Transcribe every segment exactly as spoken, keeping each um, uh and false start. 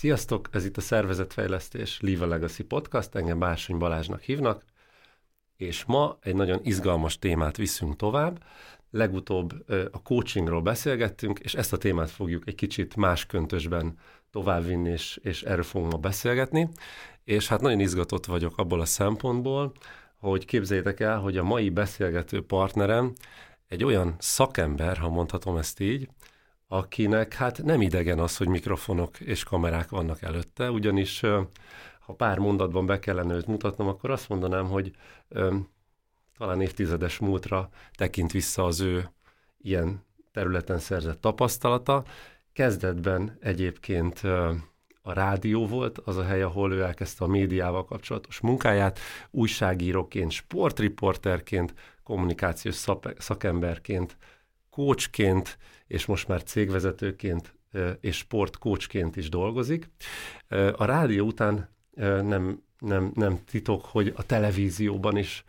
Sziasztok, ez itt a Szervezetfejlesztés Live a Legacy Podcast, engem Bársony Balázsnak hívnak, és ma egy nagyon izgalmas témát viszünk tovább. Legutóbb a coachingról beszélgettünk, és ezt a témát fogjuk egy kicsit más köntösben továbbvinni, és, és erről fogunk ma beszélgetni. És hát nagyon izgatott vagyok abból a szempontból, hogy képzeljétek el, hogy a mai beszélgető partnerem egy olyan szakember, ha mondhatom ezt így, akinek hát nem idegen az, hogy mikrofonok és kamerák vannak előtte, ugyanis ha pár mondatban be kellene őt mutatnom, akkor azt mondanám, hogy ö, talán évtizedes múltra tekint vissza az ő ilyen területen szerzett tapasztalata. Kezdetben egyébként ö, a rádió volt az a hely, ahol ő elkezdte a médiával kapcsolatos munkáját, újságíróként, sportriporterként, kommunikációs szakemberként, coachként, és most már cégvezetőként és sportcoachként is dolgozik. A rádió után nem, nem, nem titok, hogy a televízióban is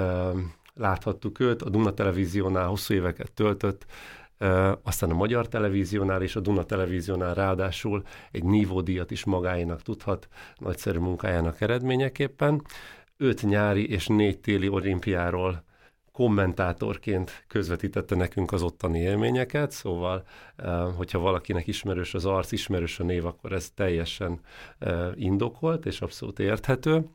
láthattuk őt, a Duna Televíziónál hosszú éveket töltött, aztán a Magyar Televíziónál és a Duna Televíziónál ráadásul egy nívódíjat is magáénak tudhat nagyszerű munkájának eredményeképpen. Öt nyári és négy téli olimpiáról kommentátorként közvetítette nekünk az ottani élményeket, szóval, hogyha valakinek ismerős az arc, ismerős a név, akkor ez teljesen indokolt és abszolút érthető.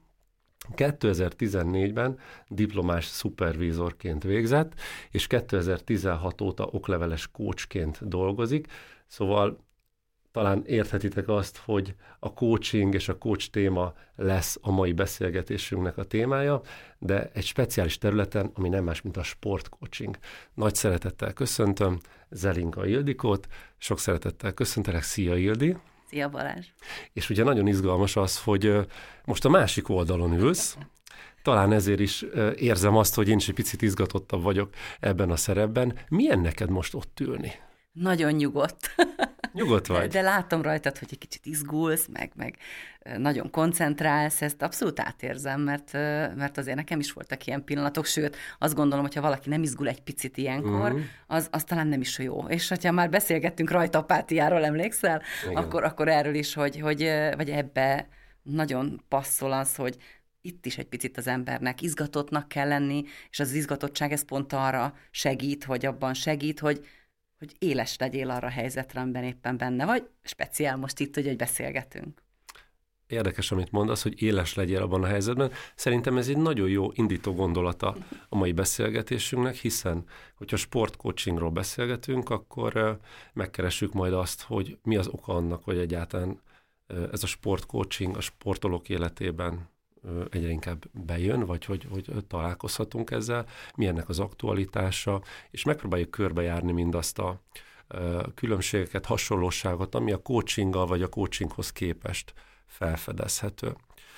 kétezer-tizennégyben diplomás szupervízorként végzett, és kétezer-tizenhat óta okleveles coachként dolgozik, szóval talán érthetitek azt, hogy a coaching és a coach téma lesz a mai beszélgetésünknek a témája, de egy speciális területen, ami nem más, mint a sportcoaching. Nagy szeretettel köszöntöm Zelinka Ildikót, sok szeretettel köszöntelek, szia Ildi! Szia Balázs! És ugye nagyon izgalmas az, hogy most a másik oldalon ülsz, talán ezért is érzem azt, hogy én is egy picit izgatottabb vagyok ebben a szerepben. Milyen neked most ott ülni? Nagyon nyugodt. Nyugodt vagy. De, de látom rajtad, hogy egy kicsit izgulsz, meg, meg nagyon koncentrálsz, ezt abszolút átérzem, mert, mert azért nekem is voltak ilyen pillanatok, sőt, azt gondolom, hogyha valaki nem izgul egy picit ilyenkor, uh-huh. az, az talán nem is jó. És hogyha már beszélgettünk rajtapátiáról, emlékszel, akkor, akkor erről is, hogy, hogy vagy ebbe nagyon passzol az, hogy itt is egy picit az embernek izgatottnak kell lenni, és az izgatottság ez pont arra segít, hogy abban segít, hogy hogy éles legyél arra a helyzetre, amiben éppen benne vagy, speciál most itt, hogy egy beszélgetünk. Érdekes, amit mondasz, hogy éles legyél abban a helyzetben. Szerintem ez egy nagyon jó indító gondolata a mai beszélgetésünknek, hiszen, hogyha sportcoachingról beszélgetünk, akkor megkeressük majd azt, hogy mi az oka annak, hogy egyáltalán ez a sportcoaching a sportolók életében egyre inkább bejön, vagy hogy, hogy találkozhatunk ezzel, mi ennek az aktualitása, és megpróbáljuk körbejárni mindazt a különbségeket, hasonlóságot, ami a coachinggal vagy a coachinghoz képest felfedezhető.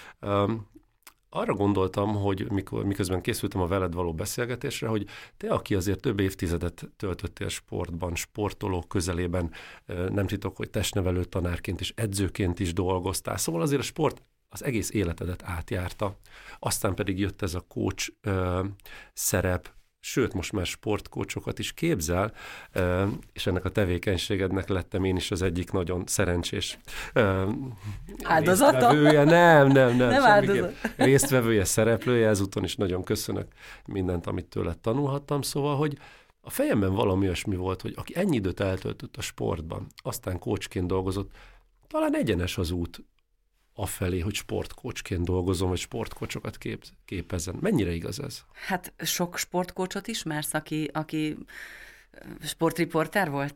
Arra gondoltam, hogy mikor, miközben készültem a veled való beszélgetésre, hogy te, aki azért több évtizedet töltöttél sportban, sportolók közelében, nem titok, hogy testnevelő tanárként és edzőként is dolgoztál, szóval azért a sport az egész életedet átjárta. Aztán pedig jött ez a coach ö, szerep, sőt, most már sportcoachokat is képzel, ö, és ennek a tevékenységednek lettem én is az egyik nagyon szerencsés ö, áldozata? Résztvevője. Nem, nem, nem. Nem áldozat. Résztvevője, szereplője, ezúton is nagyon köszönök mindent, amit tőled tanulhattam, szóval, hogy a fejemben valami olyasmi volt, hogy aki ennyi időt eltöltött a sportban, aztán coachként dolgozott, talán egyenes az út afelé, hogy sportcoachként dolgozom, vagy sportcoachokat kép, képezzen. Mennyire igaz ez? Hát sok sportcoachot ismersz, aki, aki sportriporter volt?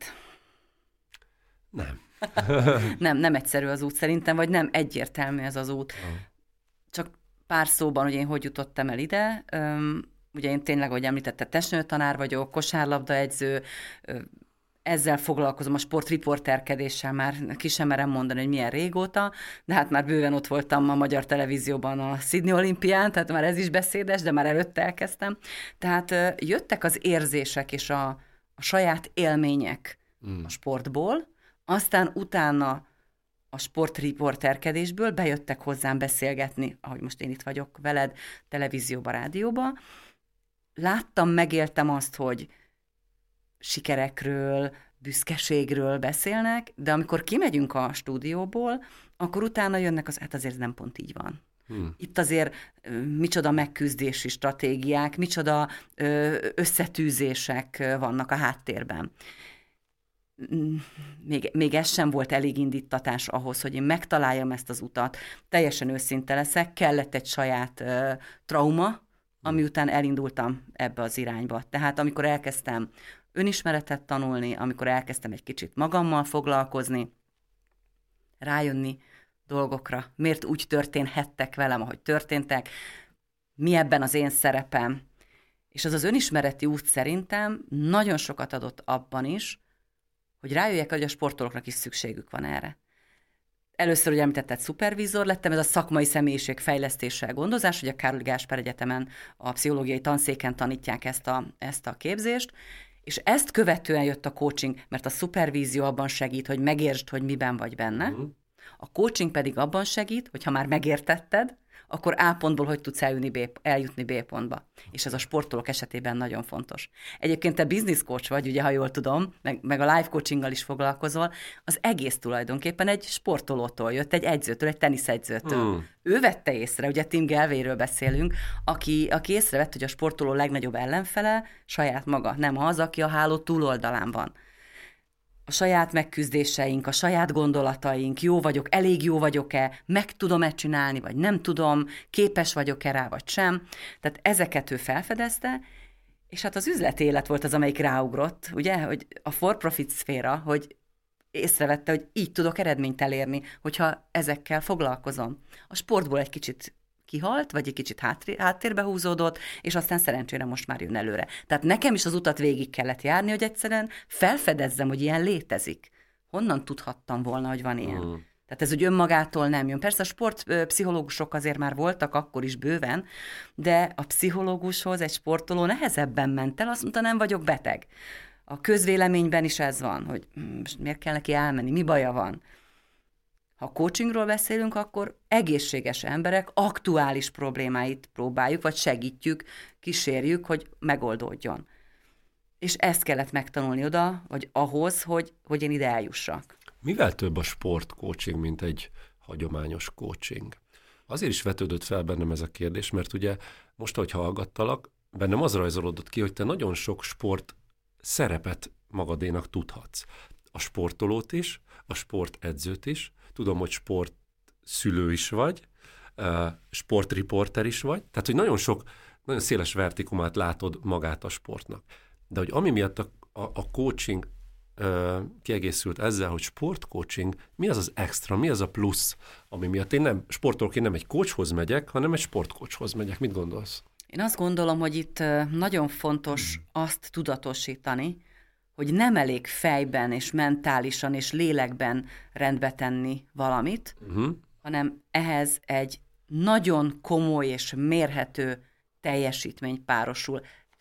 Nem. nem, nem egyszerű az út szerintem, vagy nem egyértelmű ez az út. Ah. Csak pár szóban, hogy én hogy jutottam el ide. Üm, ugye én tényleg, ahogy említette, testnőtanár vagyok, kosárlabdaedző, ezzel foglalkozom, a sportriporterkedéssel, már ki sem merem mondani, hogy milyen régóta, de hát már bőven ott voltam a Magyar Televízióban a Sydney olimpián, tehát már ez is beszédes, de már előtte elkezdtem. Tehát jöttek az érzések és a, a saját élmények mm. a sportból, aztán utána a sportriporterkedésből bejöttek hozzám beszélgetni, ahogy most én itt vagyok veled, televízióba, rádióba. Láttam, megéltem azt, hogy sikerekről, büszkeségről beszélnek, de amikor kimegyünk a stúdióból, akkor utána jönnek az, hát azért nem pont így van. Hmm. Itt azért micsoda megküzdési stratégiák, micsoda összetűzések vannak a háttérben. Még, még ez sem volt elég indítatás ahhoz, hogy én megtaláljam ezt az utat. Teljesen őszinte leszek, kellett egy saját uh, trauma, ami után elindultam ebbe az irányba. Tehát amikor elkezdtem önismeretet tanulni, amikor elkezdtem egy kicsit magammal foglalkozni, rájönni dolgokra, miért úgy történhettek velem, ahogy történtek, mi ebben az én szerepem. És az az önismereti út szerintem nagyon sokat adott abban is, hogy rájöjjek, hogy a sportolóknak is szükségük van erre. Először, hogy említetted, szupervízor lettem, ez a szakmai személyiségfejlesztéssel gondozás, ugye a Károly Gáspár Egyetemen a pszichológiai tanszéken tanítják ezt a, ezt a képzést, és ezt követően jött a coaching, mert a szupervízió abban segít, hogy megértsd, hogy miben vagy benne, uh-huh. A coaching pedig abban segít, hogy ha már megértetted, akkor A pontból hogy tudsz eljutni B, eljutni B pontba. És ez a sportolók esetében nagyon fontos. Egyébként te business coach vagy, ugye, ha jól tudom, meg, meg a life coachinggal is foglalkozol, az egész tulajdonképpen egy sportolótól jött, egy egyzőtől, egy teniszegyzőtől. Mm. Ő vette észre, ugye Tim Galwayről beszélünk, aki, aki észrevett, hogy a sportoló legnagyobb ellenfele saját maga, nem az, aki a háló túloldalán van. A saját megküzdéseink, a saját gondolataink, jó vagyok, elég jó vagyok-e, meg tudom-e csinálni, vagy nem tudom, képes vagyok-e rá, vagy sem. Tehát ezeket ő felfedezte, és hát az üzleti élet volt az, amelyik ráugrott, ugye, hogy a for-profit szféra, hogy észrevette, hogy így tudok eredményt elérni, hogyha ezekkel foglalkozom. A sportból egy kicsit kihalt, vagy egy kicsit háttérbe húzódott, és aztán szerencsére most már jön előre. Tehát nekem is az utat végig kellett járni, hogy egyszerűen felfedezzem, hogy ilyen létezik. Honnan tudhattam volna, hogy van ilyen? Mm. Tehát ez úgy önmagától nem jön. Persze a sportpszichológusok azért már voltak akkor is bőven, de a pszichológushoz egy sportoló nehezebben ment el, azt mondta, nem vagyok beteg. A közvéleményben is ez van, hogy most miért kell neki elmenni, mi baja van. Ha coachingról beszélünk, akkor egészséges emberek aktuális problémáit próbáljuk, vagy segítjük, kísérjük, hogy megoldódjon. És ezt kellett megtanulni oda, vagy ahhoz, hogy, hogy én ide eljussak. Mivel több a sportcoaching, mint egy hagyományos coaching? Azért is vetődött fel bennem ez a kérdés, mert ugye most, ahogy hallgattalak, bennem az rajzolódott ki, hogy te nagyon sok sport szerepet magadénak tudhatsz. A sportolót is, a sportedzőt is, tudom, hogy sportszülő is vagy, sportriporter is vagy, tehát, hogy nagyon sok, nagyon széles vertikumát látod magát a sportnak. De hogy ami miatt a, a, a coaching uh, kiegészült ezzel, hogy sportcoaching, mi az az extra, mi az a plusz, ami miatt én nem, sportolóként nem egy coachhoz megyek, hanem egy sportcoachhoz megyek. Mit gondolsz? Én azt gondolom, hogy itt nagyon fontos hmm. azt tudatosítani, hogy nem elég fejben és mentálisan és lélekben rendbe tenni valamit, uh-huh. hanem ehhez egy nagyon komoly és mérhető teljesítmény párosul,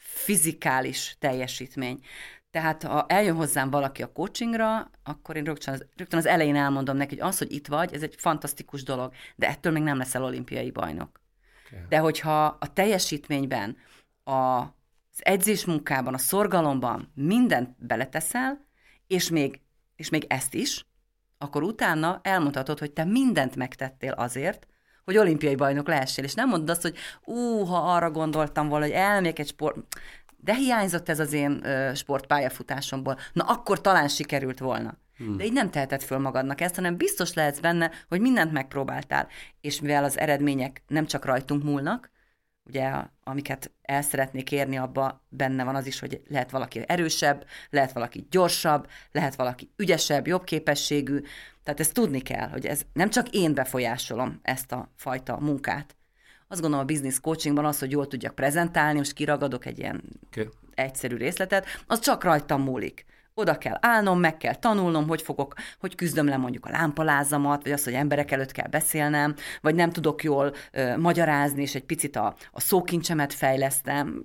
fizikális teljesítmény. Tehát ha eljön hozzám valaki a coachingra, akkor én rögtön az, rögtön az elején elmondom neki, hogy az, hogy itt vagy, ez egy fantasztikus dolog, de ettől még nem leszel olimpiai bajnok. Okay. De hogyha a teljesítményben, a az edzésmunkában, a szorgalomban mindent beleteszel, és még, és még ezt is, akkor utána elmondhatod, hogy te mindent megtettél azért, hogy olimpiai bajnok lehessél, és nem mondod azt, hogy ú, ha arra gondoltam volna, hogy elmegyek egy sport, de hiányzott ez az én ö, sportpályafutásomból, na akkor talán sikerült volna. Hmm. De így nem teheted föl magadnak ezt, hanem biztos lehetsz benne, hogy mindent megpróbáltál, és mivel az eredmények nem csak rajtunk múlnak, ugye, amiket el szeretnék érni, abba benne van az is, hogy lehet valaki erősebb, lehet valaki gyorsabb, lehet valaki ügyesebb, jobb képességű. Tehát ezt tudni kell, hogy ez nem csak én befolyásolom ezt a fajta munkát. Azt gondolom a business coachingban az, hogy jól tudjak prezentálni, most kiragadok egy ilyen okay. egyszerű részletet, az csak rajtam múlik. Oda kell állnom, meg kell tanulnom, hogy fogok, hogy küzdöm le mondjuk a lámpalázamat, vagy azt, hogy emberek előtt kell beszélnem, vagy nem tudok jól ö, magyarázni, és egy picit a, a szókincsemet fejlesztem,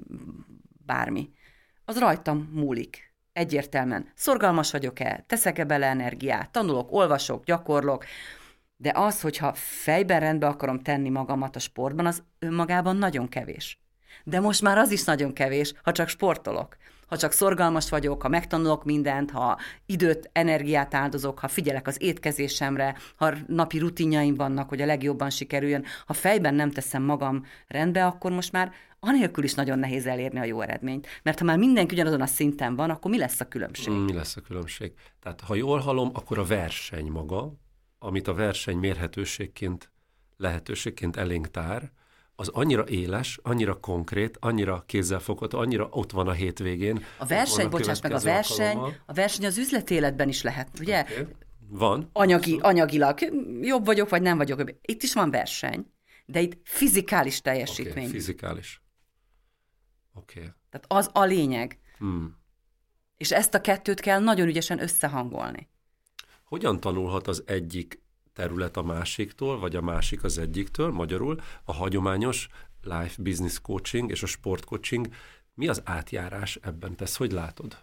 bármi. Az rajtam múlik. Egyértelműen. Szorgalmas vagyok-e, teszek-e bele energiát, tanulok, olvasok, gyakorlok, de az, hogyha fejben rendbe akarom tenni magamat a sportban, az önmagában nagyon kevés. De most már az is nagyon kevés, ha csak sportolok. Ha csak szorgalmas vagyok, ha megtanulok mindent, ha időt, energiát áldozok, ha figyelek az étkezésemre, ha napi rutinjaim vannak, hogy a legjobban sikerüljön, ha fejben nem teszem magam rendbe, akkor most már anélkül is nagyon nehéz elérni a jó eredményt. Mert ha már mindenki ugyanazon a szinten van, akkor mi lesz a különbség? Mi lesz a különbség? Tehát ha jól hallom, akkor a verseny maga, amit a verseny mérhetőségként, lehetőségként elénk tár, az annyira éles, annyira konkrét, annyira kézzelfogható, annyira ott van a hétvégén. A verseny, bocsáss meg, a verseny, alkalommal. A verseny az üzleti életben is lehet, ugye? Okay. Van. Anyagi, anyagilag jobb vagyok, vagy nem vagyok. Itt is van verseny, de itt fizikális teljesítmény. Okay, fizikális. Oké. Okay. Tehát az a lényeg. Hmm. És ezt a kettőt kell nagyon ügyesen összehangolni. Hogyan tanulhat az egyik terület a másiktól, vagy a másik az egyiktől, magyarul a hagyományos life business coaching és a sport coaching, mi az átjárás ebben? Te ezt hogy látod?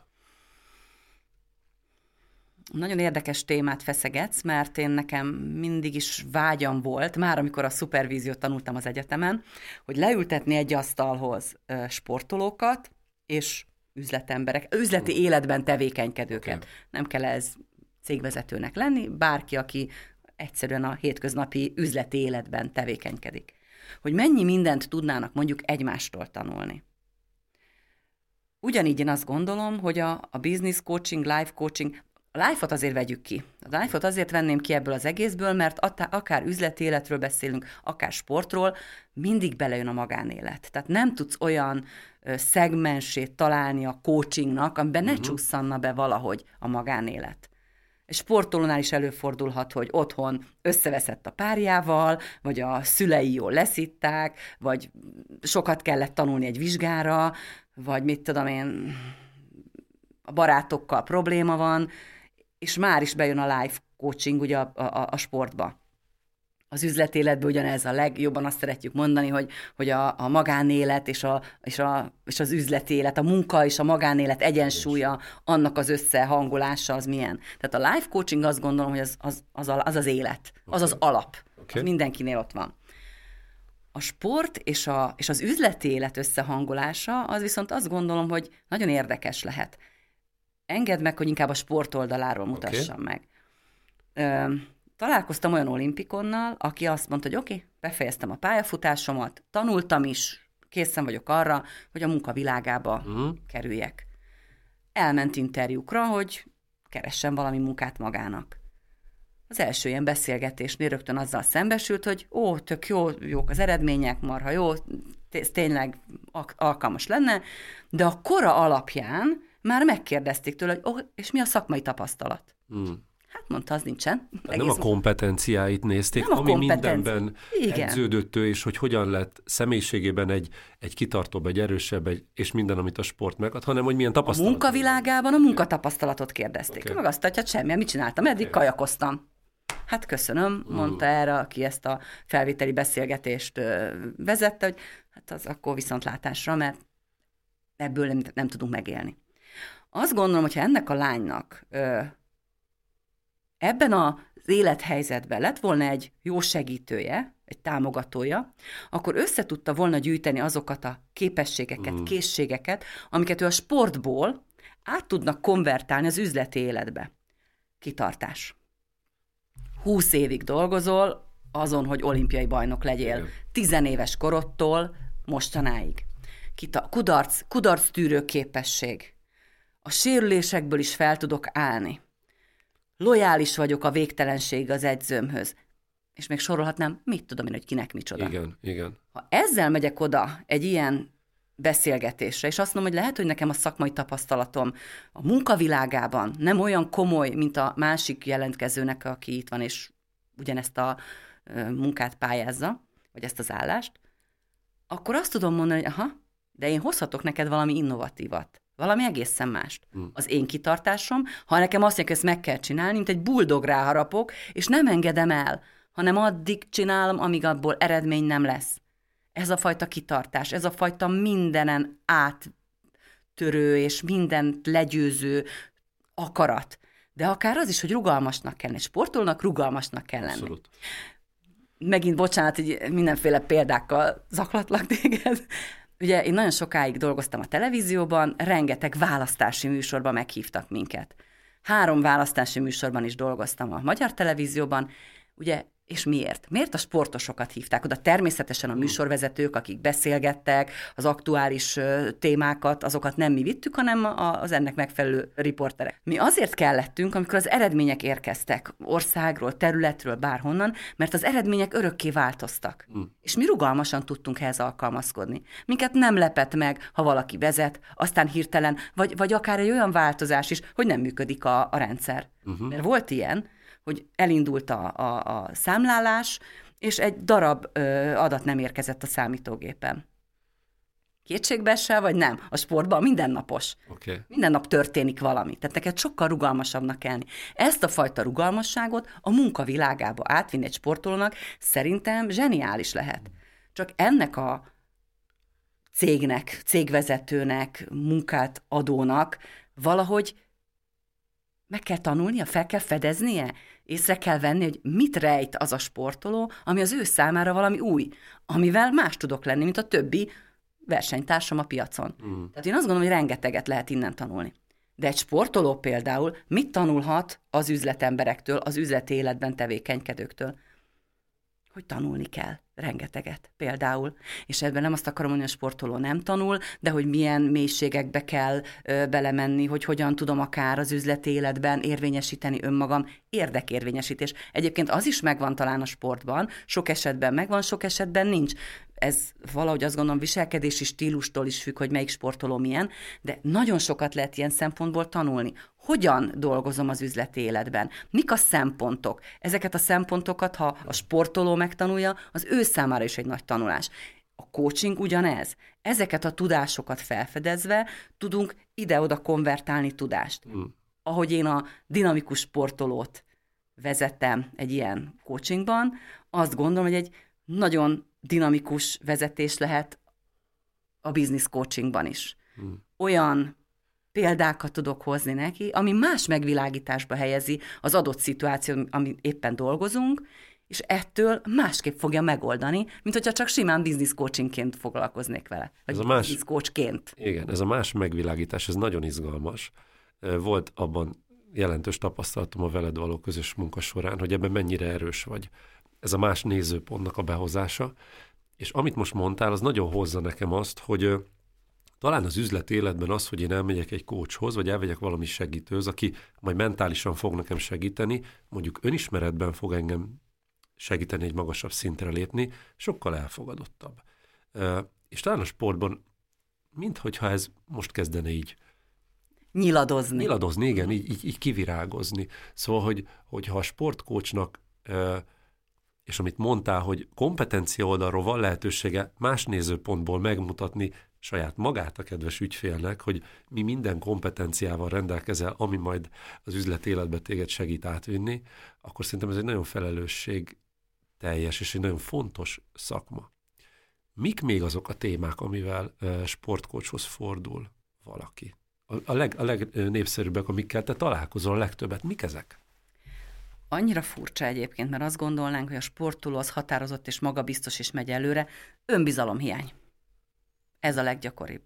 Nagyon érdekes témát feszegetsz, mert én nekem mindig is vágyam volt, már amikor a szupervíziót tanultam az egyetemen, hogy leültetni egy asztalhoz sportolókat és üzletemberek, üzleti életben tevékenykedőket. Okay. Nem kell ez cégvezetőnek lenni, bárki, aki egyszerűen a hétköznapi üzleti életben tevékenykedik. Hogy mennyi mindent tudnának mondjuk egymástól tanulni. Ugyanígy én azt gondolom, hogy a, a business coaching, life coaching, a life-ot azért vegyük ki. A life-ot azért venném ki ebből az egészből, mert akár üzleti életről beszélünk, akár sportról, mindig belejön a magánélet. Tehát nem tudsz olyan szegmensét találni a coachingnak, amiben uh-huh. ne csusszanna be valahogy a magánélet. Egy sportolónál is előfordulhat, hogy otthon összeveszett a párjával, vagy a szülei jól leszitták, vagy sokat kellett tanulni egy vizsgára, vagy mit tudom én, a barátokkal probléma van, és már is bejön a life coaching ugye a, a, a sportba. Az üzletéletben ugyanez a legjobban azt szeretjük mondani, hogy, hogy a, a magánélet és, a, és, a, és az üzleti élet, a munka és a magánélet egyensúlya, annak az összehangolása az milyen. Tehát a life coaching azt gondolom, hogy az az, az, az, az élet, okay. az az alap. Okay. Az mindenkinél ott van. A sport és, a, és az üzleti élet összehangolása, az viszont azt gondolom, hogy nagyon érdekes lehet. Engedd meg, hogy inkább a sport oldaláról mutassam okay. meg. Ö, találkoztam olyan olimpikonnal, aki azt mondta, hogy oké, okay, befejeztem a pályafutásomat, tanultam is, készen vagyok arra, hogy a munkavilágába uh-huh. kerüljek. Elment interjúkra, hogy keressen valami munkát magának. Az első ilyen beszélgetésnél rögtön azzal szembesült, hogy ó, tök jó, jók az eredmények, marha jó, ez tényleg alkalmas lenne, de a kora alapján már megkérdezték tőle, hogy oh, és mi a szakmai tapasztalat? Hmm. Hát mondta, az nincsen. Nem a kompetenciáit nézték, nem ami mindenben edződött ő, és hogy hogyan lett személyiségében egy, egy kitartóbb, egy erősebb, egy, és minden, amit a sport megad, hanem hogy milyen tapasztalat. A munkavilágában a munkatapasztalatot kérdezték. Okay. Meg azt mondta, hogy semmi, mit csináltam, eddig okay. kajakoztam. Hát köszönöm, mondta uh. erre, aki ezt a felvételi beszélgetést vezette, hogy hát az akkor viszontlátásra, mert ebből nem, nem tudunk megélni. Azt gondolom, hogyha ennek a lánynak ö, ebben az élethelyzetben lett volna egy jó segítője, egy támogatója, akkor össze tudta volna gyűjteni azokat a képességeket, mm. készségeket, amiket ő a sportból át tudnak konvertálni az üzleti életbe. Kitartás. Húsz évig dolgozol azon, hogy olimpiai bajnok legyél. Igen. Tizenéves korodtól mostanáig. Kita- kudarc, kudarc tűrő képesség. A sérülésekből is fel tudok állni. Lojális vagyok a végtelenség az edzőmhöz. És még sorolhatnám, mit tudom én, hogy kinek micsoda. Igen, igen. Ha ezzel megyek oda egy ilyen beszélgetésre, és azt mondom, hogy lehet, hogy nekem a szakmai tapasztalatom a munkavilágában nem olyan komoly, mint a másik jelentkezőnek, aki itt van, és ugyanezt a munkát pályázza, vagy ezt az állást, akkor azt tudom mondani, hogy aha, de én hozhatok neked valami innovatívat. Valami egészen mást. Hmm. Az én kitartásom, ha nekem azt mondják, hogy ezt meg kell csinálni, mint egy buldog ráharapok, és nem engedem el, hanem addig csinálom, amíg abból eredmény nem lesz. Ez a fajta kitartás, ez a fajta mindenen áttörő és mindent legyőző akarat. De akár az is, hogy rugalmasnak kell lenni. Sportolónak rugalmasnak kell lenni. Abszolút. Megint bocsánat, hogy mindenféle példákkal zaklatlak téged. ugye én nagyon sokáig dolgoztam a televízióban, rengeteg választási műsorban meghívtak minket. Három választási műsorban is dolgoztam a Magyar Televízióban, ugye, és miért? Miért a sportosokat hívták oda? Természetesen a műsorvezetők, akik beszélgettek, az aktuális témákat, azokat nem mi vittük, hanem az ennek megfelelő riporterek. Mi azért kellettünk, amikor az eredmények érkeztek országról, területről, bárhonnan, mert az eredmények örökké változtak. Mm. És mi rugalmasan tudtunk ehhez alkalmazkodni. Minket nem lepett meg, ha valaki vezet, aztán hirtelen, vagy, vagy akár egy olyan változás is, hogy nem működik a, a rendszer. Uh-huh. Mert volt ilyen, hogy elindult a, a, a számlálás, és egy darab ö, adat nem érkezett a számítógépen. Kétségbeesel, vagy nem? A sportban mindennapos. Okay. Minden nap történik valami. Tehát neked sokkal rugalmasabbnak kell lenni. Ezt a fajta rugalmasságot a munkavilágába átvinni egy sportolónak szerintem zseniális lehet. Csak ennek a cégnek, cégvezetőnek, munkát adónak valahogy meg kell tanulnia, fel kell fedeznie, észre kell venni, hogy mit rejt az a sportoló, ami az ő számára valami új, amivel más tudok lenni, mint a többi versenytársam a piacon. Mm. Tehát én azt gondolom, hogy rengeteget lehet innen tanulni. De egy sportoló például mit tanulhat az üzletemberektől, az üzleti életben tevékenykedőktől? Hogy tanulni kell. Rengeteget például. És ebben nem azt akarom mondani, hogy a sportoló nem tanul, de hogy milyen mélységekbe kell ö, belemenni, hogy hogyan tudom akár az üzleti életben érvényesíteni önmagam. Érdekérvényesítés. Egyébként az is megvan talán a sportban, sok esetben megvan, sok esetben nincs. Ez valahogy azt gondolom viselkedési stílustól is függ, hogy melyik sportoló milyen, de nagyon sokat lehet ilyen szempontból tanulni. Hogyan dolgozom az üzleti életben? Mik a szempontok? Ezeket a szempontokat, ha a sportoló megtanulja, az ő számára is egy nagy tanulás. A coaching ugyanez. Ezeket a tudásokat felfedezve tudunk ide-oda konvertálni tudást. Mm. Ahogy én a dinamikus sportolót vezettem egy ilyen coachingban, azt gondolom, hogy egy nagyon dinamikus vezetés lehet a business coachingban is. Mm. Olyan példákat tudok hozni neki, ami más megvilágításba helyezi az adott szituációt, amit éppen dolgozunk, és ettől másképp fogja megoldani, mint hogyha csak simán business coachingként foglalkoznék vele. Vagy ez a más, business coachként. Igen, ez a más megvilágítás, ez nagyon izgalmas. Volt abban jelentős tapasztalatom a veled való közös munka során, hogy ebben mennyire erős vagy. Ez a más nézőpontnak a behozása, és amit most mondtál, az nagyon hozza nekem azt, hogy talán az üzleti életben az, hogy én elmegyek egy coachhoz, vagy elmegyek valami segítőhöz, aki majd mentálisan fog nekem segíteni, mondjuk önismeretben fog engem segíteni egy magasabb szintre lépni, sokkal elfogadottabb. És talán a sportban, minthogyha ez most kezdene így nyiladozni. Nyiladozni, igen, így, így, így kivirágozni. Szóval, hogy, hogyha a sportcoachnak, és amit mondtál, hogy kompetencia oldalról van lehetősége más nézőpontból megmutatni saját magát a kedves ügyfélnek, hogy mi minden kompetenciával rendelkezel, ami majd az üzleti életbe téged segít átvinni, akkor szerintem ez egy nagyon felelősség teljes és egy nagyon fontos szakma. Mik még azok a témák, amivel uh, sportcoachhoz fordul valaki? A, a, leg, a legnépszerűbbek, amikkel te találkozol a legtöbbet, mik ezek? Annyira furcsa egyébként, mert azt gondolnánk, hogy a sportoló az határozott és magabiztos és megy előre. Önbizalomhiány. Ez a leggyakoribb.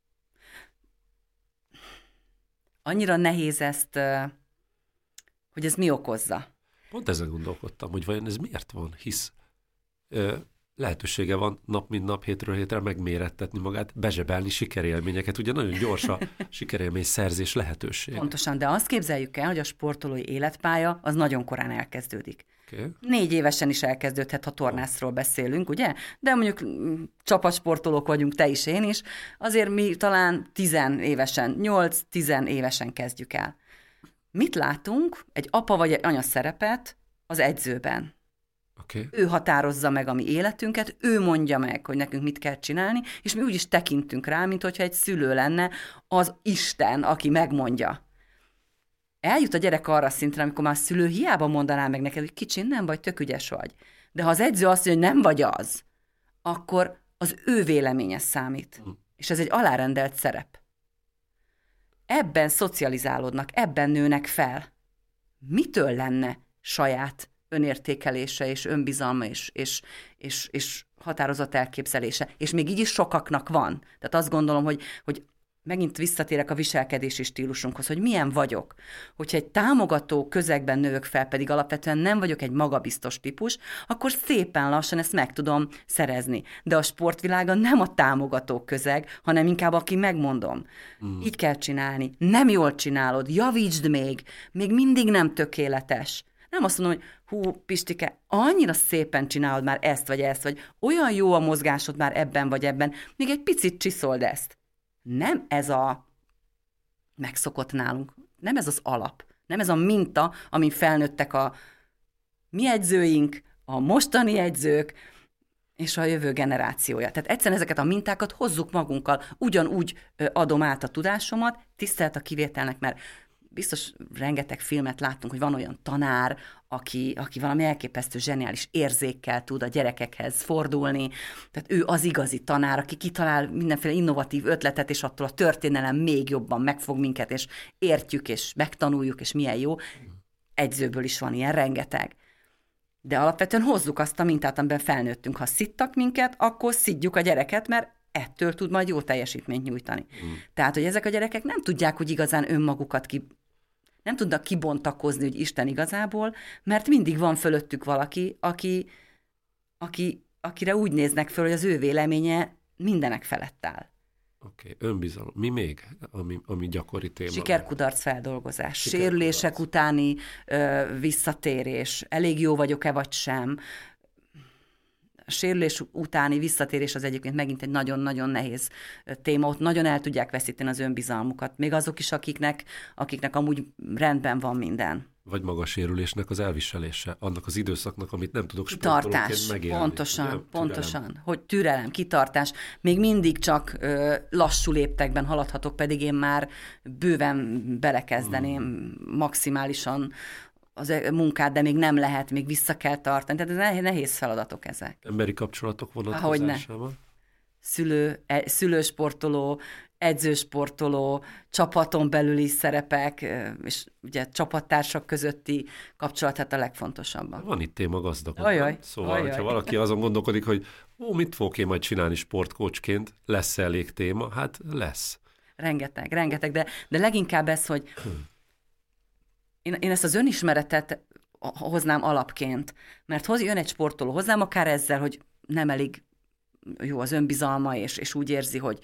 Annyira nehéz ezt, hogy ez mi okozza. Pont ezen gondolkodtam, hogy vajon ez miért van, hisz ö, lehetősége van nap mint nap, hétről hétre megmérettetni magát, bezsebelni sikerélményeket. Ugye nagyon gyors a sikerélmény szerzés lehetőség. Pontosan, de azt képzeljük el, hogy a sportolói életpálya az nagyon korán elkezdődik. Okay. Négy évesen is elkezdődhet, ha tornászról beszélünk, ugye? De mondjuk csapatsportolók vagyunk, te is, én is. Azért mi talán tizenévesen, nyolc-tíz évesen kezdjük el. Mit látunk? Egy apa vagy egy anya szerepet az edzőben. Okay. Ő határozza meg a mi életünket, ő mondja meg, hogy nekünk mit kell csinálni, és mi úgy is tekintünk rá, mint hogyha egy szülő lenne az Isten, aki megmondja. Eljut a gyerek arra szintre, amikor már a szülő hiába mondaná meg neked, hogy kicsin nem vagy, tök ügyes vagy. De ha az edző azt mondja, hogy nem vagy az, akkor az ő véleménye számít. Mm. És ez egy alárendelt szerep. Ebben szocializálódnak, ebben nőnek fel. Mitől lenne saját önértékelése és önbizalma és, és, és, és határozott elképzelése, és még így is sokaknak van. Tehát azt gondolom, hogy, hogy megint visszatérek a viselkedési stílusunkhoz, hogy milyen vagyok. Hogyha egy támogató közegben növök fel, pedig alapvetően nem vagyok egy magabiztos típus, akkor szépen lassan ezt meg tudom szerezni. De a sportvilága nem a támogató közeg, hanem inkább aki megmondom. Mm. Így kell csinálni. Nem jól csinálod, javítsd még, még mindig nem tökéletes. Nem azt mondom, hogy hú, Pistike, annyira szépen csinálod már ezt vagy ezt, vagy olyan jó a mozgásod már ebben vagy ebben, még egy picit csiszold ezt. Nem ez a megszokott nálunk, nem ez az alap, nem ez a minta, amin felnőttek a mi edzőink, a mostani edzők, és a jövő generációja. Tehát egyszerűen ezeket a mintákat hozzuk magunkkal, ugyanúgy adom át a tudásomat, tisztelt a kivételnek, mert biztos rengeteg filmet láttunk, hogy van olyan tanár, aki, aki valami elképesztő zseniális érzékkel tud a gyerekekhez fordulni. Tehát ő az igazi tanár, aki kitalál mindenféle innovatív ötletet, és attól a történelem még jobban megfog minket, és értjük, és megtanuljuk, és milyen jó. Egyzőből is van ilyen rengeteg. De alapvetően hozzuk azt a mintát, amiben felnőttünk. Ha szittak minket, akkor szidjuk a gyereket, mert ettől tud majd jó teljesítményt nyújtani. Mm. Tehát, hogy ezek a gyerekek nem tudják, hogy igazán önmagukat ki... nem tudnak kibontakozni, hogy Isten igazából, mert mindig van fölöttük valaki, aki, aki, akire úgy néznek föl, hogy az ő véleménye mindenek felett áll. Oké, okay. Önbizalom. Mi még, ami, ami gyakori téma? Sikerkudarc feldolgozás, Siker sérülések kudarc. utáni ö, visszatérés, elég jó vagyok-e vagy sem. A sérülés utáni visszatérés az egyébként megint egy nagyon-nagyon nehéz téma, ott nagyon el tudják veszíteni az önbizalmukat, még azok is, akiknek, akiknek amúgy rendben van minden. Vagy maga a sérülésnek az elviselése, annak az időszaknak, amit nem tudok sportolóként megélni. Pontosan, ugye? pontosan, Türelem. hogy türelem, kitartás. Még mindig csak ö, lassú léptekben haladhatok, pedig én már bőven belekezdeném hmm. maximálisan az munkát, de még nem lehet, még vissza kell tartani. Tehát ez nehéz feladatok ezek. Emberi kapcsolatok vonatkozásában? Szülő, e, szülősportoló, edzősportoló, csapaton belüli szerepek, és ugye csapattársak közötti kapcsolat hát a legfontosabb. Van itt téma gazdag. Ajaj, szóval, ajaj. hogyha valaki azon gondolkodik, hogy ó, mit fogok én majd csinálni sportcoachként, lesz elég téma? Hát lesz. Rengeteg, rengeteg, de, de leginkább ez, hogy én, én ezt az önismeretet hoznám alapként, mert hoz, jön egy sportoló hozzám akár ezzel, hogy nem elég jó az önbizalma, és, és úgy érzi, hogy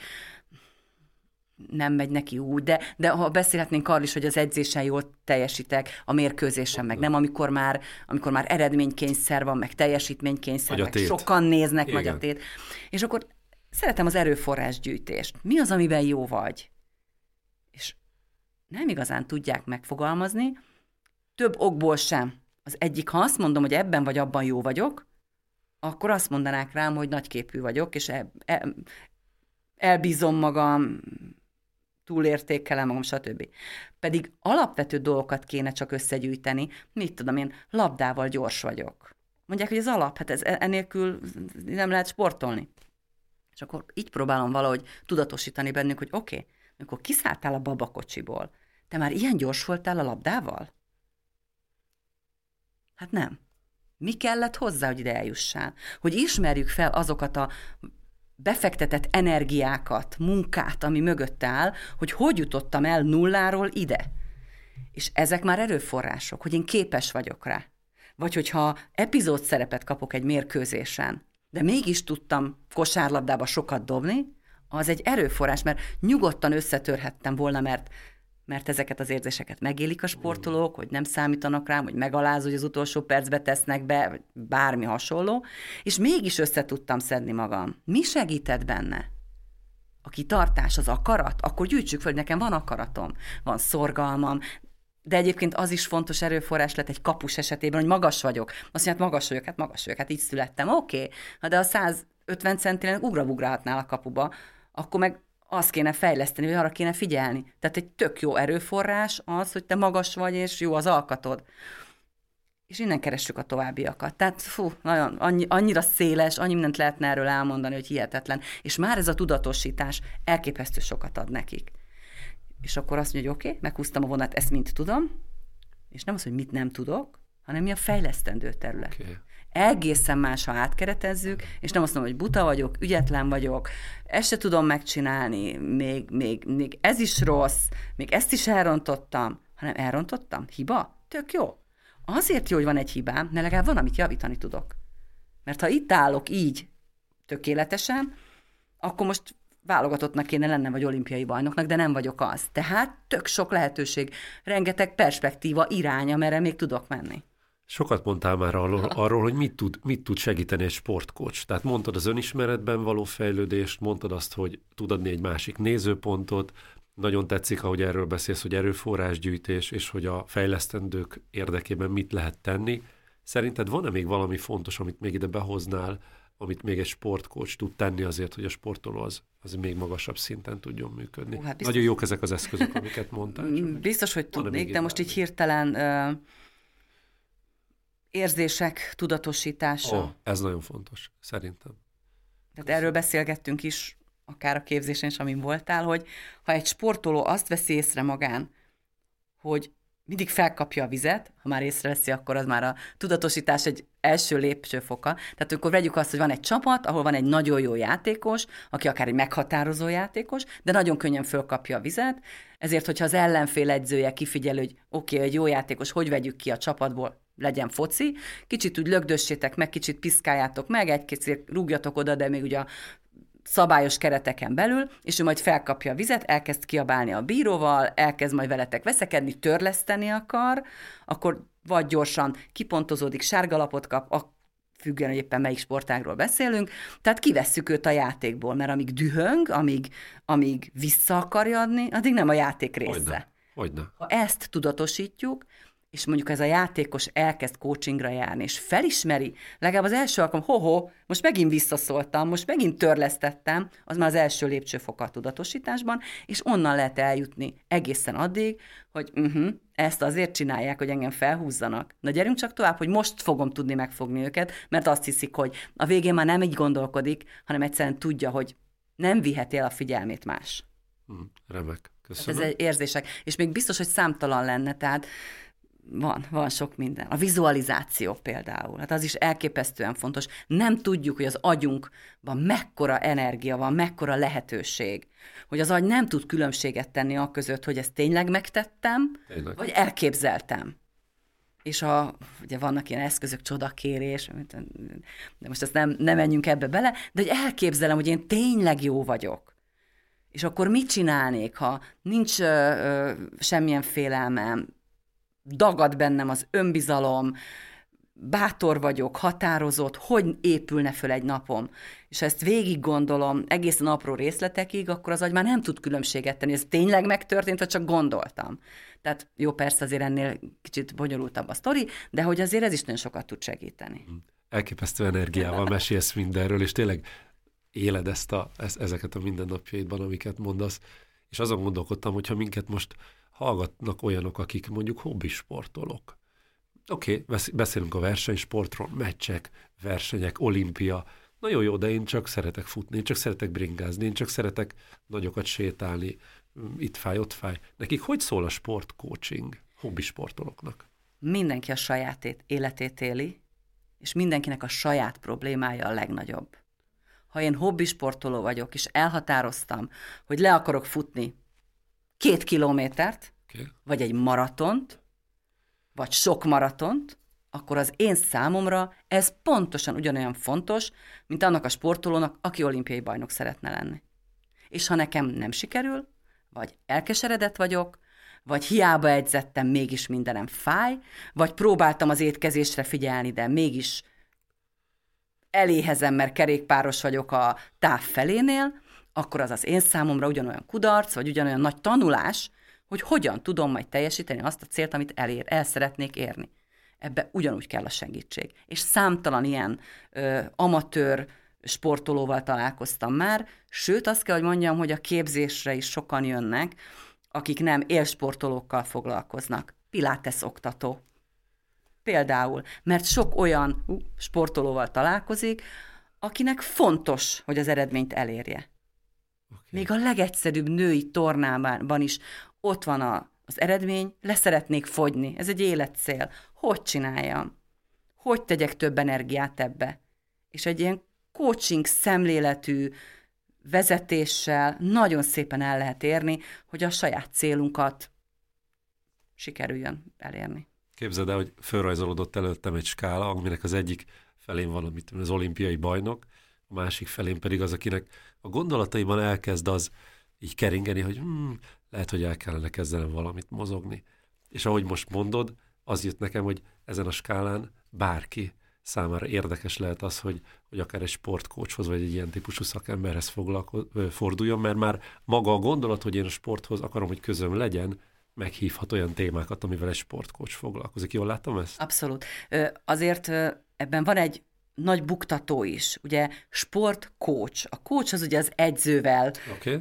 nem megy neki úgy, de, de ha beszélhetnénk arról is, hogy az edzésen jól teljesítek, a mérkőzésen meg nem, amikor már, amikor már eredménykényszer van, meg teljesítménykényszer, meg sokan néznek, igen. Nagy a tét. És akkor szeretem az erőforrásgyűjtést. Mi az, amiben jó vagy? És nem igazán tudják megfogalmazni, több okból sem. Az egyik, ha azt mondom, hogy ebben vagy abban jó vagyok, akkor azt mondanák rám, hogy nagyképű vagyok, és el, el, elbízom magam, túlértékelem magam, stb. Pedig alapvető dolgokat kéne csak összegyűjteni. Mit tudom én, labdával gyors vagyok. Mondják, hogy ez alap, hát ez enélkül nem lehet sportolni. És akkor így próbálom valahogy tudatosítani bennük, hogy oké, okay, amikor kiszálltál a babakocsiból, te már ilyen gyors voltál a labdával? Hát nem. Mi kellett hozzá, hogy ide eljussál? Hogy ismerjük fel azokat a befektetett energiákat, munkát, ami mögött áll, hogy hogy jutottam el nulláról ide. És ezek már erőforrások, hogy én képes vagyok rá. Vagy hogyha epizód szerepet kapok egy mérkőzésen, de mégis tudtam kosárlabdába sokat dobni, az egy erőforrás, mert nyugodtan összetörhettem volna, mert mert ezeket az érzéseket megélik a sportolók, hogy nem számítanak rám, hogy megalázó, hogy az utolsó percbe tesznek be, vagy bármi hasonló, és mégis össze tudtam szedni magam. Mi segített benne? A kitartás, az akarat? Akkor gyűjtsük fel, hogy nekem van akaratom, van szorgalmam, de egyébként az is fontos erőforrás lett egy kapus esetében, hogy magas vagyok. Azt mondja, hát magas vagyok, hát magas vagyok, hát így születtem. Oké, okay. De a száz ötven centinél ugrabugrálhatnál a kapuba, akkor meg azt kéne fejleszteni, vagy arra kéne figyelni. Tehát egy tök jó erőforrás az, hogy te magas vagy, és jó az alkatod. És innen keressük a továbbiakat. Tehát fú, nagyon, annyi, annyira széles, annyi mindent lehetne erről elmondani, hogy hihetetlen. És már ez a tudatosítás elképesztő sokat ad nekik. És akkor azt mondja, hogy oké, okay, meghúztam a vonat, ezt mind tudom, és nem az, hogy mit nem tudok, hanem mi a fejlesztendő terület. Okay. Egészen más, ha átkeretezzük, és nem azt mondom, hogy buta vagyok, ügyetlen vagyok, ezt se tudom megcsinálni, még, még, még ez is rossz, még ezt is elrontottam, hanem elrontottam? Hiba? Tök jó. Azért jó, hogy van egy hibám, de legalább van, amit javítani tudok. Mert ha itt állok így tökéletesen, akkor most válogatottnak kéne lennem, vagy olimpiai bajnoknak, de nem vagyok az. Tehát tök sok lehetőség, rengeteg perspektíva, irány, amerre még tudok menni. Sokat mondtál már arról, arról hogy mit tud, mit tud segíteni egy sportcoach. Tehát mondtad az önismeretben való fejlődést, mondtad azt, hogy tud adni egy másik nézőpontot. Nagyon tetszik, ahogy erről beszélsz, hogy erőforrásgyűjtés, és hogy a fejlesztendők érdekében mit lehet tenni. Szerinted van-e még valami fontos, amit még ide behoznál, amit még egy sportcoach tud tenni azért, hogy a sportoló az, az még magasabb szinten tudjon működni? Ó, hát biztos... Nagyon jók ezek az eszközök, amiket mondtál. Biztos, hogy tudnék, de most így hirtelen... Uh... érzések tudatosítása. Oh, ez nagyon fontos, szerintem. Tehát erről beszélgettünk is, akár a képzésen is, amin voltál, hogy ha egy sportoló azt veszi észre magán, hogy mindig felkapja a vizet, ha már észreveszi, akkor az már a tudatosítás egy első lépcsőfoka. Tehát akkor vegyük azt, hogy van egy csapat, ahol van egy nagyon jó játékos, aki akár egy meghatározó játékos, de nagyon könnyen fölkapja a vizet, ezért, hogyha az ellenfél edzője kifigyel, hogy oké, okay, egy jó játékos, hogy vegyük ki a csapatból, legyen foci, kicsit úgy lögdössétek meg, kicsit piszkáljátok meg, egy-kétszer rúgjatok oda, de még ugye a szabályos kereteken belül, és ő majd felkapja a vizet, elkezd kiabálni a bíróval, elkezd majd veletek veszekedni, törleszteni akar, akkor vagy gyorsan kipontozódik, sárgalapot kap, a függően, hogy éppen melyik sportágról beszélünk, tehát kivesszük őt a játékból, mert amíg dühöng, amíg, amíg vissza akarja adni, addig nem a játék része. Hogyne. Hogyne. Ha ezt tudatosítjuk, és mondjuk ez a játékos elkezd coachingra járni, és felismeri, legalább az első alkalom, ho-ho, most megint visszaszóltam, most megint törlesztettem, az már az első lépcsőfok a tudatosításban, és onnan lehet eljutni egészen addig, hogy uh-huh, ezt azért csinálják, hogy engem felhúzzanak. Na gyerünk csak tovább, hogy most fogom tudni megfogni őket, mert azt hiszik, hogy a végén már nem így gondolkodik, hanem egyszerűen tudja, hogy nem viheti el a figyelmét más. Hmm, remek, köszönöm. Ez egy érzések. És még biztos, hogy számtalan lenne, tehát Van, van sok minden. A vizualizáció például, hát az is elképesztően fontos. Nem tudjuk, hogy az agyunkban mekkora energia van, mekkora lehetőség, hogy az agy nem tud különbséget tenni a között, hogy ezt tényleg megtettem, tényleg. Vagy elképzeltem. És a, ugye vannak ilyen eszközök, csodakérés, de most ezt nem, nem menjünk ebbe bele, de hogy elképzelem, hogy én tényleg jó vagyok. És akkor mit csinálnék, ha nincs ö, ö, semmilyen félelmem, dagad bennem az önbizalom, bátor vagyok, határozott, hogy épülne föl egy napom. És ha ezt végig gondolom egészen apró részletekig, akkor az agy már nem tud különbséget tenni, ez tényleg megtörtént, vagy csak gondoltam. Tehát jó, persze azért ennél kicsit bonyolultabb a sztori, de hogy azért ez is nagyon sokat tud segíteni. Elképesztő energiával mesélsz mindenről, és tényleg éled ezt a, ezeket a mindennapjaidban, amiket mondasz. És azon gondolkodtam, hogyha minket most hallgatnak olyanok, akik mondjuk hobbisportolók. Oké, okay, beszélünk a versenysportról, meccsek, versenyek, olimpia. Nagyon jó, de én csak szeretek futni, én csak szeretek bringázni, én csak szeretek nagyokat sétálni, itt fáj, ott fáj. Nekik hogy szól a sportcoaching hobbisportolóknak? Mindenki a saját életét éli, és mindenkinek a saját problémája a legnagyobb. Ha én hobbisportoló vagyok, és elhatároztam, hogy le akarok futni két kilométert, okay. vagy egy maratont, vagy sok maratont, akkor az én számomra ez pontosan ugyanolyan fontos, mint annak a sportolónak, aki olimpiai bajnok szeretne lenni. És ha nekem nem sikerül, vagy elkeseredett vagyok, vagy hiába edzettem, mégis mindenem fáj, vagy próbáltam az étkezésre figyelni, de mégis eléhezem, mert kerékpáros vagyok a táv felénél, akkor az az én számomra ugyanolyan kudarc, vagy ugyanolyan nagy tanulás, hogy hogyan tudom majd teljesíteni azt a célt, amit elér, el szeretnék érni. Ebbe ugyanúgy kell a segítség. És számtalan ilyen ö, amatőr sportolóval találkoztam már, sőt azt kell, hogy mondjam, hogy a képzésre is sokan jönnek, akik nem élsportolókkal foglalkoznak. Pilates oktató. Például, mert sok olyan uh, sportolóval találkozik, akinek fontos, hogy az eredményt elérje. Okay. Még a legegyszerűbb női tornában is ott van a az eredmény, leszeretnék fogyni. Ez egy életcél. Hogy csináljam? Hogy tegyek több energiát ebbe? És egy ilyen coaching szemléletű vezetéssel nagyon szépen el lehet érni, hogy a saját célunkat sikerüljön elérni. Képzeld el, hogy fölrajzolódott előttem egy skála, aminek az egyik felén van amit az olimpiai bajnok, a másik felén pedig az, akinek a gondolataiban elkezd az így keringeni, hogy hmm, lehet, hogy el kellene kezdenem valamit mozogni. És ahogy most mondod, az jött nekem, hogy ezen a skálán bárki számára érdekes lehet az, hogy, hogy akár egy sportcoachhoz, vagy egy ilyen típusú szakemberhez foglalko- forduljon, mert már maga a gondolat, hogy én a sporthoz akarom, hogy közöm legyen, meghívhat olyan témákat, amivel egy sportcoach foglalkozik. Jól láttam ezt? Abszolút. Azért ebben van egy nagy buktató is. Ugye sportcoach. A coach az ugye az edzővel okay.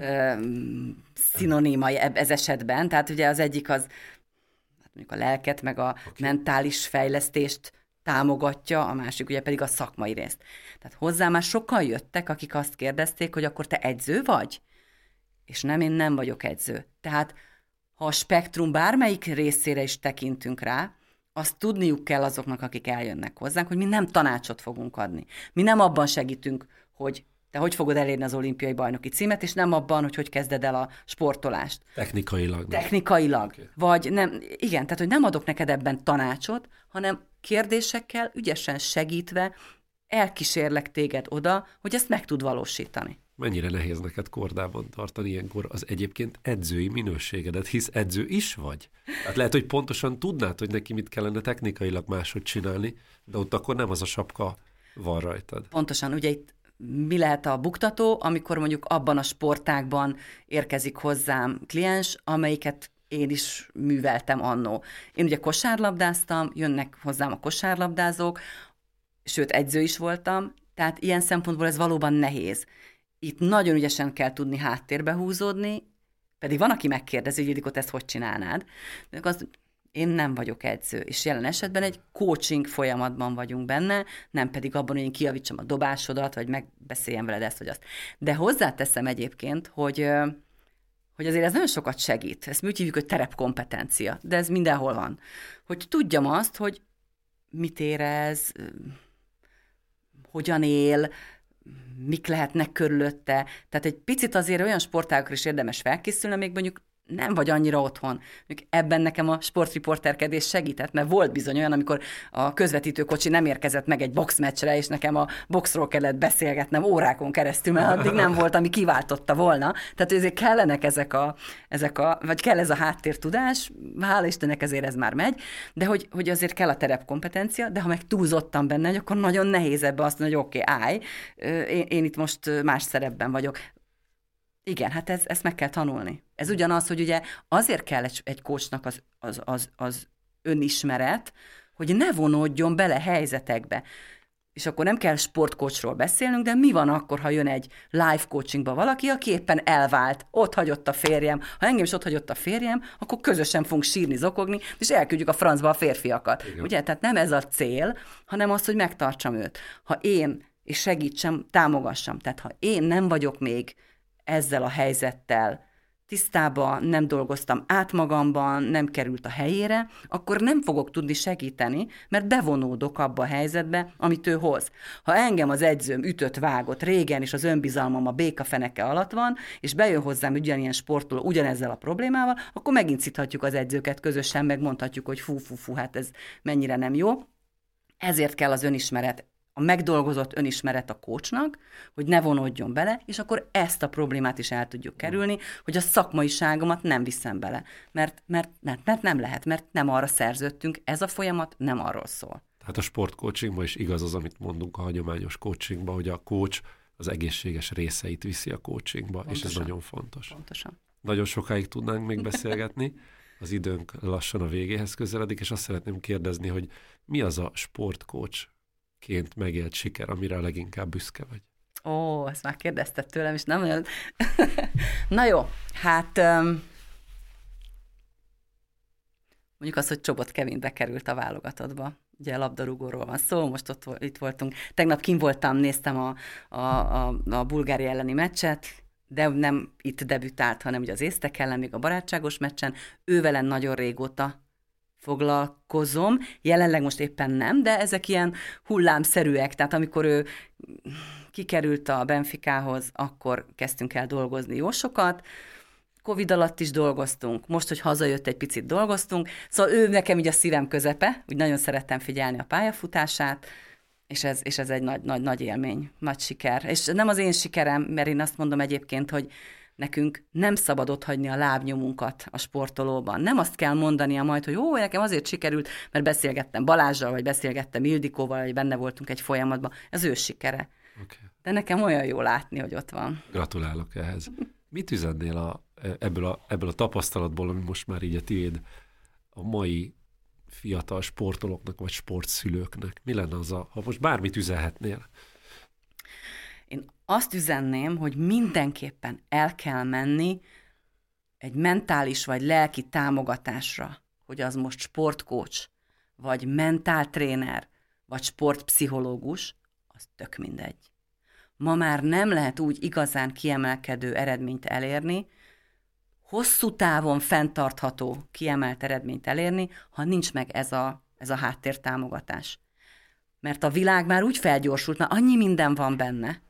szinonima ez esetben. Tehát ugye az egyik az mondjuk a lelket, meg a okay. mentális fejlesztést támogatja, a másik ugye pedig a szakmai részt. Tehát hozzá már sokan jöttek, akik azt kérdezték, hogy akkor te edző vagy? És nem, én nem vagyok edző. Tehát ha a spektrum bármelyik részére is tekintünk rá, azt tudniuk kell azoknak, akik eljönnek hozzánk, hogy mi nem tanácsot fogunk adni. Mi nem abban segítünk, hogy te hogy fogod elérni az olimpiai bajnoki címet, és nem abban, hogy hogy kezded el a sportolást. Technikailag. Technikailag. Okay. Vagy nem, igen, tehát hogy nem adok neked ebben tanácsot, hanem kérdésekkel, ügyesen segítve elkísérlek téged oda, hogy ezt meg tud valósítani. Mennyire nehéz neked kordában tartani ilyenkor az egyébként edzői minőségedet, hisz edző is vagy. Hát lehet, hogy pontosan tudnád, hogy neki mit kellene technikailag máshogy csinálni, de ott akkor nem az a sapka van rajtad. Pontosan, ugye itt mi lehet a buktató, amikor mondjuk abban a sportágban érkezik hozzám kliens, amelyiket én is műveltem annó. Én ugye kosárlabdáztam, jönnek hozzám a kosárlabdázók, sőt edző is voltam, tehát ilyen szempontból ez valóban nehéz. Itt nagyon ügyesen kell tudni háttérbe húzódni, pedig van, aki megkérdezi, hogy Ildikó, ezt hogy csinálnád? De az, én nem vagyok edző, és jelen esetben egy coaching folyamatban vagyunk benne, nem pedig abban, hogy én kijavítsam a dobásodat, vagy megbeszéljem veled ezt, vagy azt. De hozzáteszem egyébként, hogy, hogy azért ez nagyon sokat segít. Ezt mi úgy hívjuk, hogy terepkompetencia, de ez mindenhol van. Hogy tudjam azt, hogy mit érez, hogyan él, mik lehetnek körülötte. Tehát egy picit azért olyan sportágokra is érdemes felkészülni, még mondjuk nem vagy annyira otthon. Ebben nekem a sportriporterkedés segített, mert volt bizony olyan, amikor a közvetítőkocsi nem érkezett meg egy boxmeccsre, és nekem a boxról kellett beszélgetnem órákon keresztül, mert addig nem volt, ami kiváltotta volna. Tehát ezért kellenek ezek a, ezek a, vagy kell ez a háttértudás, hála Istennek ezért ez már megy, de hogy, hogy azért kell a terepkompetencia, de ha meg túlzottam benne, akkor nagyon nehéz ebbe azt mondani, hogy oké, okay, állj, én, én itt most más szerepben vagyok. Igen, hát ez, ezt meg kell tanulni. Ez ugyanaz, hogy ugye azért kell egy, egy coachnak az, az, az, az önismeret, hogy ne vonódjon bele helyzetekbe. És akkor nem kell sportcoachról beszélnünk, de mi van akkor, ha jön egy life coachingba valaki, aki éppen elvált, ott hagyott a férjem. Ha engem is ott hagyott a férjem, akkor közösen fogunk sírni, zokogni, és elküldjük a francba a férfiakat. Igen. Ugye? Tehát nem ez a cél, hanem az, hogy megtartsam őt. Ha én, és segítsem, támogassam. Tehát ha én nem vagyok még ezzel a helyzettel tisztában, nem dolgoztam át magamban, nem került a helyére, akkor nem fogok tudni segíteni, mert bevonódok abba a helyzetbe, amit ő hoz. Ha engem az edzőm ütött, vágott régen, és az önbizalmam a békafeneke alatt van, és bejön hozzám ugyanilyen sportoló ugyanezzel a problémával, akkor megint szithatjuk az edzőket közösen, meg mondhatjuk, hogy fú, fú, fú, hát ez mennyire nem jó. Ezért kell az önismeret, a megdolgozott önismeret a coachnak, hogy ne vonódjon bele, és akkor ezt a problémát is el tudjuk kerülni, hogy a szakmaiságomat nem viszem bele. Mert, mert, mert, mert nem lehet, mert nem arra szerződtünk, ez a folyamat nem arról szól. Tehát a sportcoachingban is igaz az, amit mondunk a hagyományos coachingban, hogy a coach az egészséges részeit viszi a coachingba, pontosan. És ez nagyon fontos. Pontosan. Nagyon sokáig tudnánk még beszélgetni, az időnk lassan a végéhez közeledik, és azt szeretném kérdezni, hogy mi az a sportcoach ként megélt siker, amire a leginkább büszke vagy? Ó, ezt már kérdezted tőlem, és nem olyan... Na jó, hát um, mondjuk az, hogy Csobot Kevin bekerült a válogatottba. Ugye labdarúgóról van szó, most ott, itt voltunk. Tegnap kint voltam, néztem a, a, a, a Bulgária elleni meccset, de nem itt debütált, hanem ugye az Észtek ellen, még a barátságos meccsen. Ővelen nagyon régóta foglalkozom. Jelenleg most éppen nem, de ezek ilyen hullámszerűek. Tehát amikor ő kikerült a Benficához, akkor kezdtünk el dolgozni jó sokat. Covid alatt is dolgoztunk, most, hogy hazajött, egy picit dolgoztunk. Szóval ő nekem így a szívem közepe, úgy nagyon szerettem figyelni a pályafutását, és ez, és ez egy nagy, nagy, nagy élmény, nagy siker. És nem az én sikerem, mert én azt mondom egyébként, hogy nekünk nem szabad otthagyni a lábnyomunkat a sportolóban. Nem azt kell mondania majd, hogy ó, nekem azért sikerült, mert beszélgettem Balázsral, vagy beszélgettem Ildikóval, vagy benne voltunk egy folyamatban. Ez ő sikere. Okay. De nekem olyan jó látni, hogy ott van. Gratulálok ehhez. Mit üzennél a, ebből, a, ebből a tapasztalatból, ami most már így a tiéd, a mai fiatal sportolóknak, vagy sportszülőknek? Mi lenne az a, ha most bármit üzenhetnél? Én azt üzenném, hogy mindenképpen el kell menni egy mentális vagy lelki támogatásra, hogy az most sportkócs, vagy mentáltréner, vagy sportpszichológus, az tök mindegy. Ma már nem lehet úgy igazán kiemelkedő eredményt elérni, hosszú távon fenntartható kiemelt eredményt elérni, ha nincs meg ez a, ez a háttértámogatás. Mert a világ már úgy felgyorsult, már annyi minden van benne,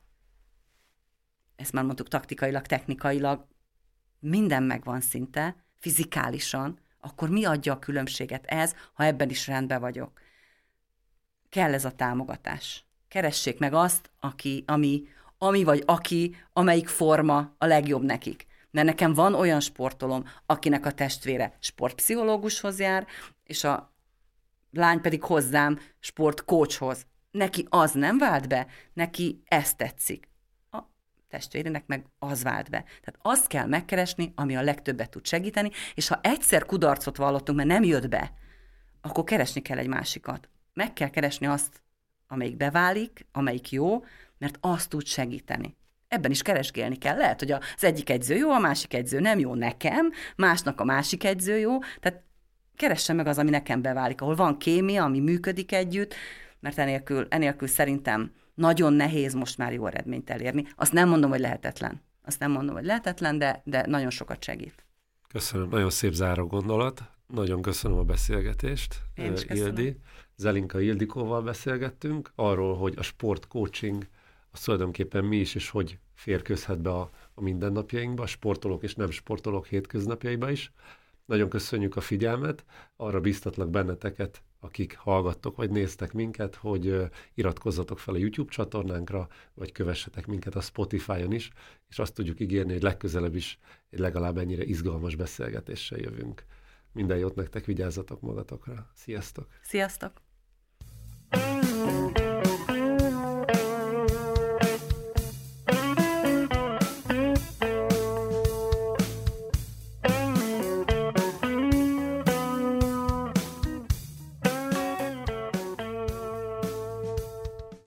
ezt már mondtuk taktikailag, technikailag, minden megvan szinte, fizikálisan, akkor mi adja a különbséget ez, ha ebben is rendben vagyok? Kell ez a támogatás. Keressék meg azt, aki, ami, ami vagy aki, amelyik forma a legjobb nekik. Mert nekem van olyan sportolom, akinek a testvére sportpszichológushoz jár, és a lány pedig hozzám sportkócshoz. Neki az nem vált be, neki ez tetszik. A testvérének meg az vált be. Tehát azt kell megkeresni, ami a legtöbbet tud segíteni, és ha egyszer kudarcot vallottunk, mert nem jött be, akkor keresni kell egy másikat. Meg kell keresni azt, amelyik beválik, amelyik jó, mert azt tud segíteni. Ebben is keresgélni kell. Lehet, hogy az egyik edző jó, a másik edző nem jó nekem, másnak a másik edző jó, tehát keressen meg az, ami nekem beválik, ahol van kémia, ami működik együtt, mert enélkül, enélkül szerintem nagyon nehéz most már jó eredményt elérni. Azt nem mondom, hogy lehetetlen. Azt nem mondom, hogy lehetetlen, de, de nagyon sokat segít. Köszönöm. Nagyon szép záró gondolat. Nagyon köszönöm a beszélgetést. Én is köszönöm. Ildi. Zelinka Ildikóval beszélgettünk arról, hogy a sportcoaching az tulajdonképpen mi is, és hogy férkőzhet be a, a mindennapjainkba, a sportolók és nem sportolók hétköznapjaiba is. Nagyon köszönjük a figyelmet, arra biztatlak benneteket, akik hallgattok vagy néztek minket, hogy iratkozzatok fel a YouTube csatornánkra, vagy kövessetek minket a Spotify-on is, és azt tudjuk ígérni, hogy legközelebb is egy legalább ennyire izgalmas beszélgetéssel jövünk. Minden jót nektek, vigyázzatok magatokra. Sziasztok! Sziasztok!